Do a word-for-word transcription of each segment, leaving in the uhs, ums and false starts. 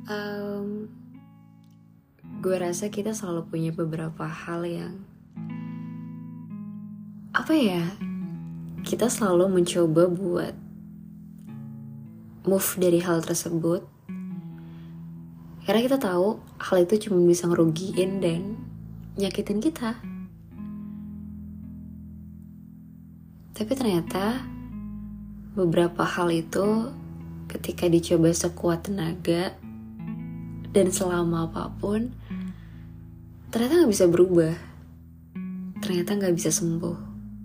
Um, gue rasa kita selalu punya beberapa hal yang apa ya? Kita selalu mencoba buat move dari hal tersebut karena kita tahu hal itu cuma bisa ngerugiin dan nyakitin kita. Tapi ternyata beberapa hal itu ketika dicoba sekuat tenaga dan selama apapun, ternyata gak bisa berubah. Ternyata gak bisa sembuh.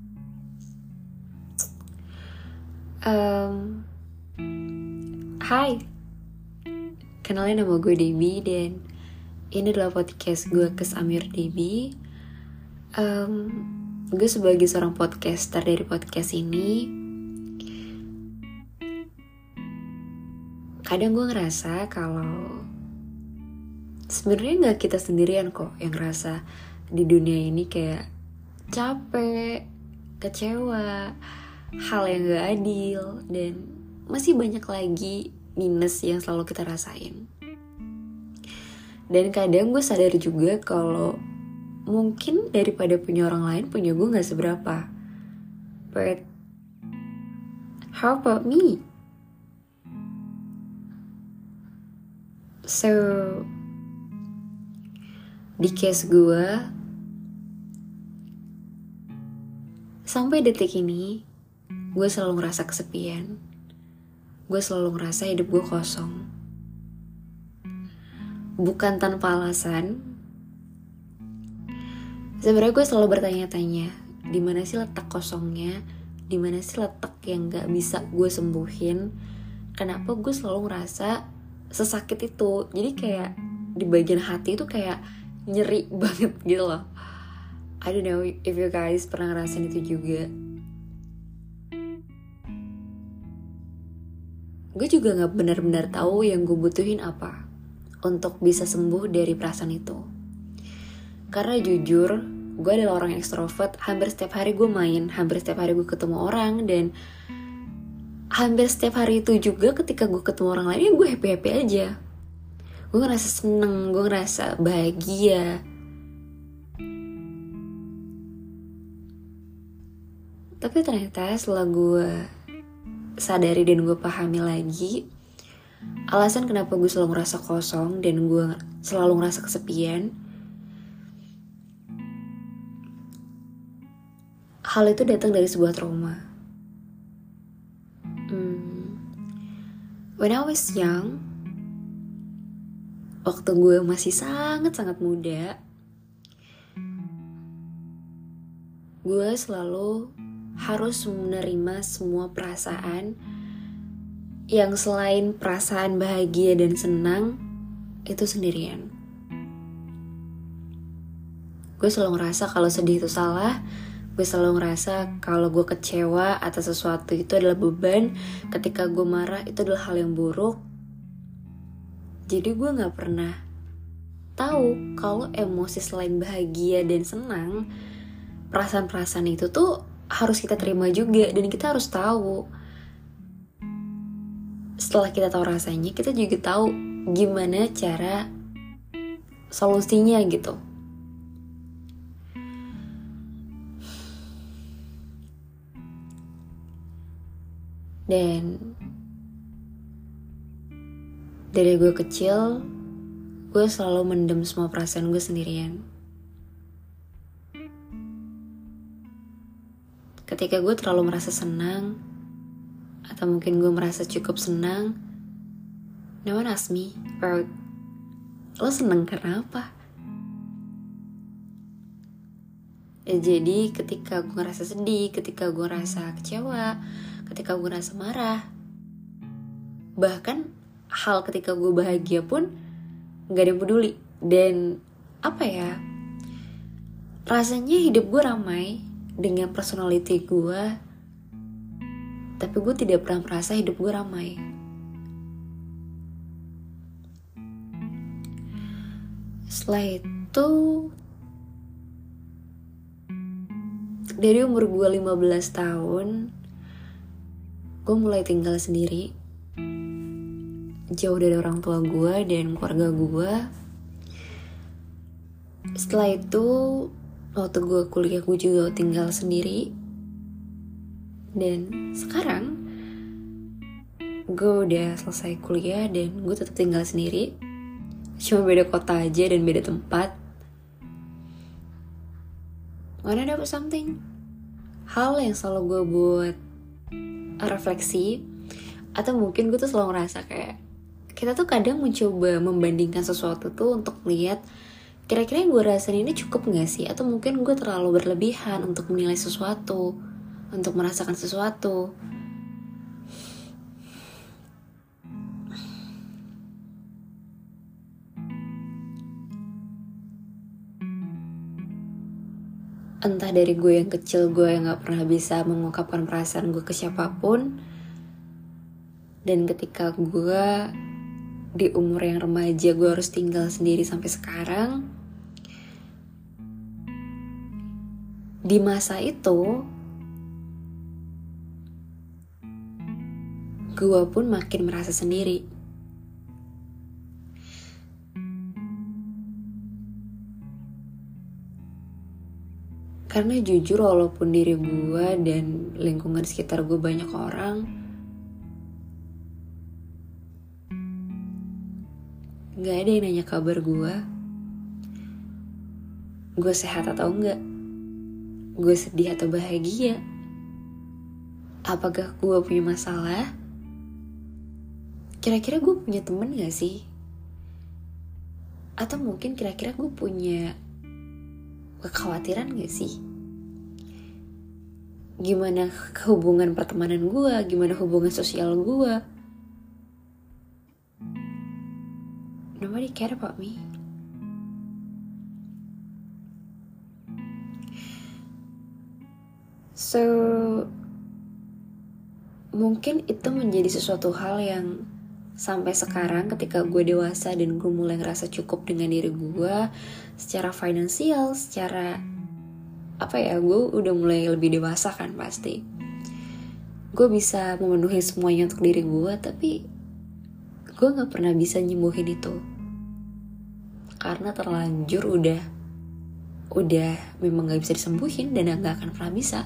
Um, Hai, kenalin nama gue Debbie dan ini adalah podcast gue Kes Amir Debbie. um, Gue sebagai seorang podcaster dari podcast ini, kadang gue ngerasa kalau sebenarnya nggak kita sendirian kok yang ngerasa di dunia ini kayak capek, kecewa, hal yang gak adil, dan masih banyak lagi minus yang selalu kita rasain. Dan kadang gue sadar juga kalau mungkin daripada punya orang lain, punya gue gak seberapa. But how about me? So di case gue, sampai detik ini, gue selalu ngerasa kesepian. Gue selalu ngerasa hidup gue kosong. Bukan tanpa alasan. Sebenarnya gue selalu bertanya-tanya, di mana sih letak kosongnya? Di mana sih letak yang gak bisa gue sembuhin? Kenapa gue selalu ngerasa sesakit itu? Jadi kayak di bagian hati itu kayak nyeri banget gitu loh. I don't know if you guys pernah ngerasain itu juga. Gue juga gak benar-benar tahu yang gue butuhin apa untuk bisa sembuh dari perasaan itu. Karena jujur, gue adalah orang ekstrovert. Hampir setiap hari gue main, hampir setiap hari gue ketemu orang, dan hampir setiap hari itu juga ketika gue ketemu orang lain, ya gue happy-happy aja. Gue ngerasa seneng, gue ngerasa bahagia. Tapi ternyata setelah gue sadari dan gue pahami lagi, alasan kenapa gue selalu ngerasa kosong dan gue selalu ngerasa kesepian, hal itu datang dari sebuah trauma. Hmm. When I was young, waktu gue masih sangat-sangat muda, gue selalu harus menerima semua perasaan yang selain perasaan bahagia dan senang, itu sendirian. Gue selalu ngerasa kalau sedih itu salah. Gue selalu ngerasa kalau gue kecewa atas sesuatu itu adalah beban. Ketika gue marah itu adalah hal yang buruk. Jadi gue gak pernah tahu kalau emosi selain bahagia dan senang, perasaan-perasaan itu tuh harus kita terima juga. Dan kita harus tahu, setelah kita tahu rasanya, kita juga tahu gimana cara solusinya gitu. Dan dari gue kecil, gue selalu mendem semua perasaan gue sendirian. Ketika gue terlalu merasa senang, atau mungkin gue merasa cukup senang, no one ask me about, lo seneng karena apa? Ya, jadi ketika gue ngerasa sedih, ketika gue ngerasa kecewa, ketika gue ngerasa marah, bahkan hal ketika gue bahagia pun gak ada yang peduli. Dan apa ya, rasanya hidup gue ramai dengan personality gue, tapi gue tidak pernah merasa hidup gue ramai. Setelah itu, dari umur gue lima belas tahun, gue mulai tinggal sendiri. jauh dari orang tua gue dan keluarga gue. Setelah itu waktu gue kuliah gue juga tinggal sendiri. Dan sekarang gue udah selesai kuliah dan gue tetap tinggal sendiri, cuma beda kota aja dan beda tempat. Wanna dapet something? Hal yang selalu gue buat refleksi, atau mungkin gue tuh selalu ngerasa kayak kita tuh kadang mencoba membandingkan sesuatu tuh untuk lihat kira-kira yang gue rasain ini cukup gak sih, atau mungkin gue terlalu berlebihan untuk menilai sesuatu, untuk merasakan sesuatu. Entah dari gue yang kecil, gue yang gak pernah bisa mengungkapkan perasaan gue ke siapapun. Dan ketika gue di umur yang remaja, gue harus tinggal sendiri sampai sekarang. Di masa itu gue pun makin merasa sendiri. Karena jujur walaupun diri gue dan lingkungan sekitar gue banyak orang, gak ada yang nanya kabar gue. Gue sehat atau enggak, gue sedih atau bahagia, apakah gue punya masalah, kira-kira gue punya temen gak sih? Atau mungkin kira-kira gue punya kekhawatiran gak sih? Gimana hubungan pertemanan gue, gimana hubungan sosial gue? Nobody care about me. So, mungkin itu menjadi sesuatu hal yang sampai sekarang ketika gue dewasa dan gue mulai ngerasa cukup dengan diri gue secara finansial, secara apa ya, gue udah mulai lebih dewasa kan pasti. Gue bisa memenuhi semuanya untuk diri gue, tapi gue gak pernah bisa nyembuhin itu. Karena terlanjur udah, udah memang gak bisa disembuhin dan gak akan pernah bisa.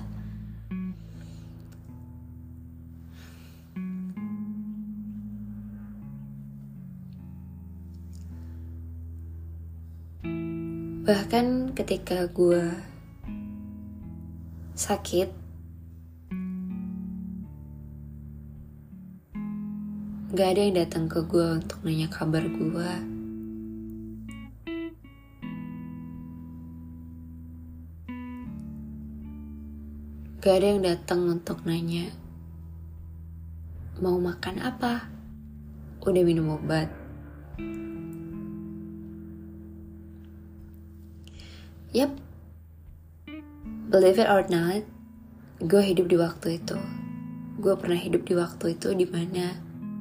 Bahkan ketika gue sakit, gak ada yang datang ke gue untuk nanya kabar gue. Gak ada yang datang untuk nanya mau makan apa, udah minum obat. Yap, believe it or not, gue hidup di waktu itu. Gue pernah hidup di waktu itu di mana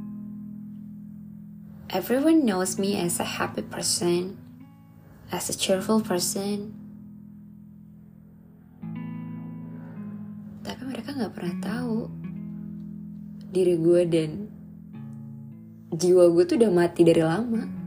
everyone knows me as a happy person, as a cheerful person. Tapi mereka gak pernah tahu diri gue dan jiwa gue tuh udah mati dari lama.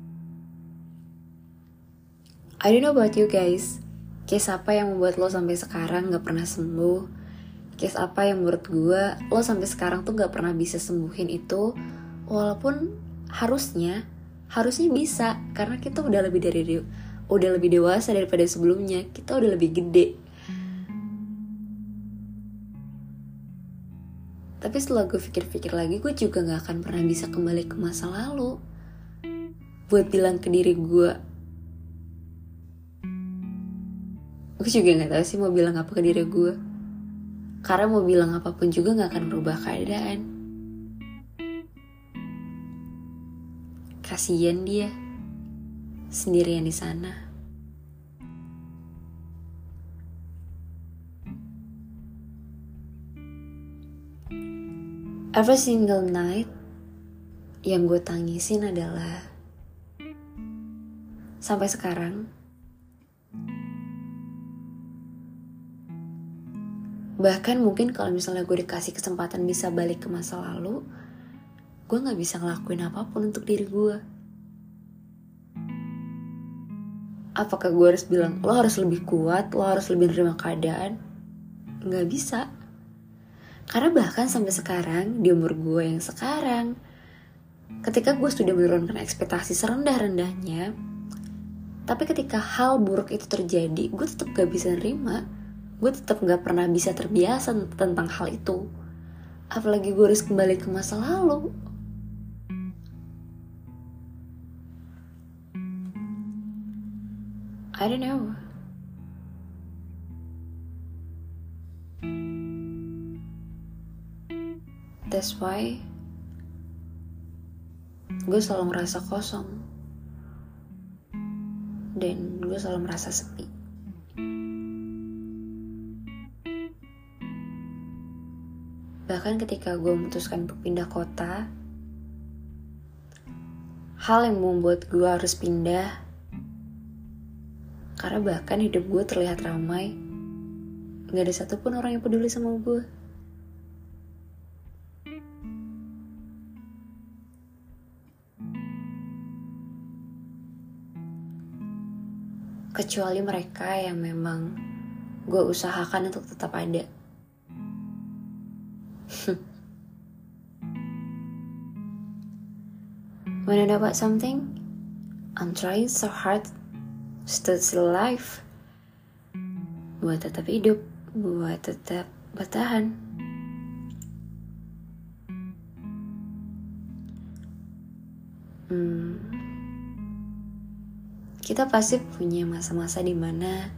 I don't know about you guys, case apa yang membuat lo sampai sekarang gak pernah sembuh? Case apa yang menurut gue lo sampai sekarang tuh gak pernah bisa sembuhin itu? Walaupun harusnya, harusnya bisa, karena kita udah lebih dari udah lebih dewasa daripada sebelumnya, kita udah lebih gede. Tapi setelah gue pikir-pikir lagi, gue juga gak akan pernah bisa kembali ke masa lalu buat bilang ke diri gue. Gue juga gak tahu sih mau bilang apa ke diri gue, karena mau bilang apapun juga gak akan merubah keadaan. Kasian dia sendirian di sana. Every single night yang gue tangisin adalah sampai sekarang bahkan mungkin kalau misalnya gue dikasih kesempatan bisa balik ke masa lalu, gue gak bisa ngelakuin apapun untuk diri gue. Apakah gue harus bilang, lo harus lebih kuat, lo harus lebih menerima keadaan? Gak bisa. Karena bahkan sampai sekarang, di umur gue yang sekarang, ketika gue sudah menurunkan ekspektasi serendah-rendahnya, tapi ketika hal buruk itu terjadi, gue tetap gak bisa nerima. Gue tetap gak pernah bisa terbiasa tentang hal itu. Apalagi gue harus kembali ke masa lalu. I don't know. That's why gue selalu merasa kosong. Dan gue selalu merasa sepi. Bahkan ketika gue memutuskan untuk pindah kota, hal yang membuat gue harus pindah, karena bahkan hidup gue terlihat ramai, gak ada satupun orang yang peduli sama gue. Kecuali mereka yang memang gue usahakan untuk tetap ada. When I know about something, I'm trying so hard to stay alive. Buat tetap hidup, buat tetap bertahan. Hmm, kita pasti punya masa-masa dimana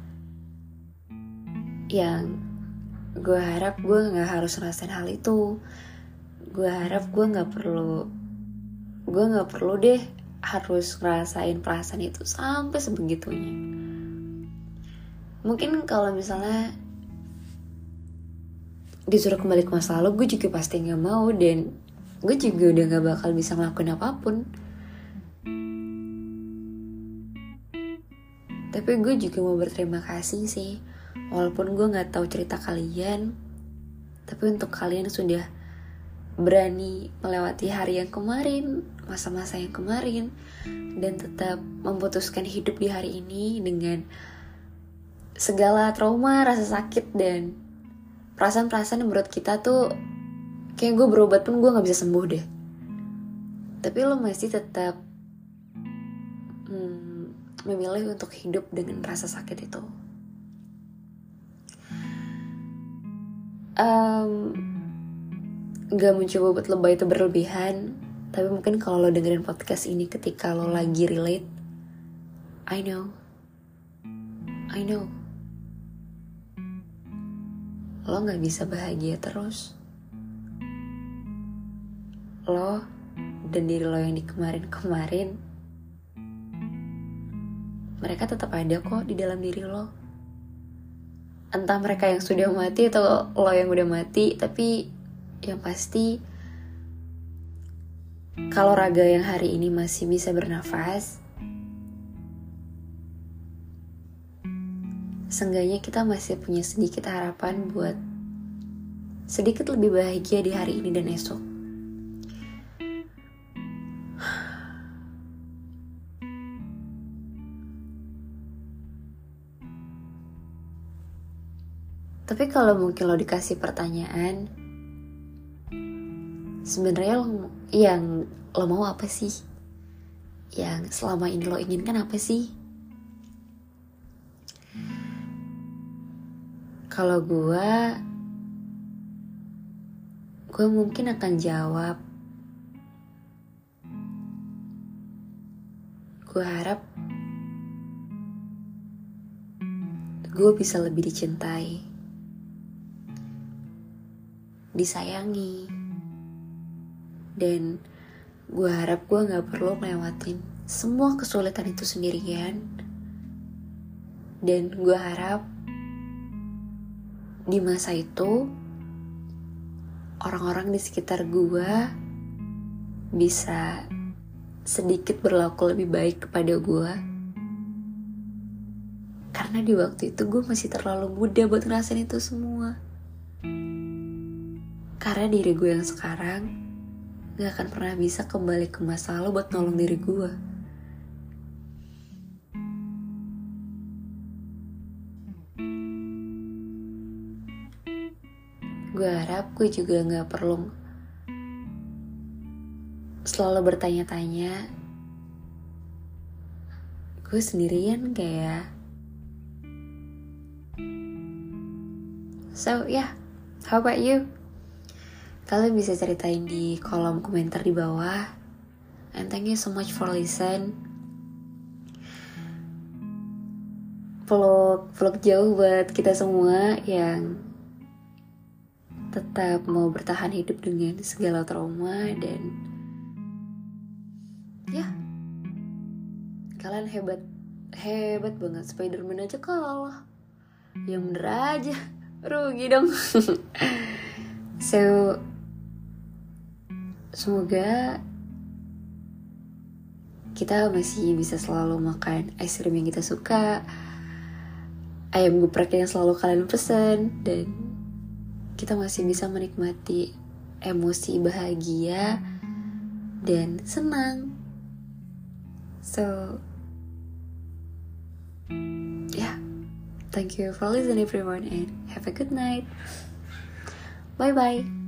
yang gue harap gue gak harus ngerasain hal itu. Gue harap gue gak perlu Gue gak perlu deh harus ngerasain perasaan itu sampai sebegitunya. Mungkin kalau misalnya disuruh kembali ke masa lalu, gue juga pasti gak mau. Dan gue juga udah gak bakal bisa ngelakuin apapun. Tapi gue juga mau berterima kasih sih, walaupun gue gak tahu cerita kalian, tapi untuk kalian sudah berani melewati hari yang kemarin, masa-masa yang kemarin, dan tetap memutuskan hidup di hari ini dengan segala trauma, rasa sakit, dan perasaan-perasaan yang menurut kita tuh kayak gue berobat pun gue gak bisa sembuh deh. Tapi lo masih tetap hmm, memilih untuk hidup dengan rasa sakit itu. Um, Gak mencoba buat lebay itu berlebihan, tapi mungkin kalau lo dengerin podcast ini ketika lo lagi relate, I know, I know, lo gak bisa bahagia terus. Lo dan diri lo yang di kemarin-kemarin, mereka tetap ada kok di dalam diri lo. Entah mereka yang sudah mati atau lo yang udah mati, tapi yang pasti kalau raga yang hari ini masih bisa bernafas, seenggaknya kita masih punya sedikit harapan buat sedikit lebih bahagia di hari ini dan esok. Tapi kalau mungkin lo dikasih pertanyaan, sebenarnya lo yang lo mau apa sih? Yang selama ini lo inginkan apa sih? Kalau gue, gue mungkin akan jawab, gue harap gue bisa lebih dicintai, disayangi, dan gue harap gue gak perlu melewatin semua kesulitan itu sendirian. Dan gue harap di masa itu orang-orang di sekitar gue bisa sedikit berlaku lebih baik kepada gue, karena di waktu itu gue masih terlalu muda buat ngerasain itu semua. Karena diri gue yang sekarang gak akan pernah bisa kembali ke masa lalu buat nolong diri gue. Gue harap gue juga gak perlu selalu bertanya-tanya, gue sendirian kayak. So yeah, how about you? Kalian bisa ceritain di kolom komentar di bawah. And thank you so much for listen. Peluk, peluk jauh buat kita semua yang tetap mau bertahan hidup dengan segala trauma. Dan ya, kalian hebat, hebat banget. Spiderman aja kalah, yang bener aja rugi dong. So semoga kita masih bisa selalu makan es krim yang kita suka, ayam geprek yang selalu kalian pesan, dan kita masih bisa menikmati emosi bahagia dan senang. So yeah, thank you for listening everyone, and have a good night. Bye bye.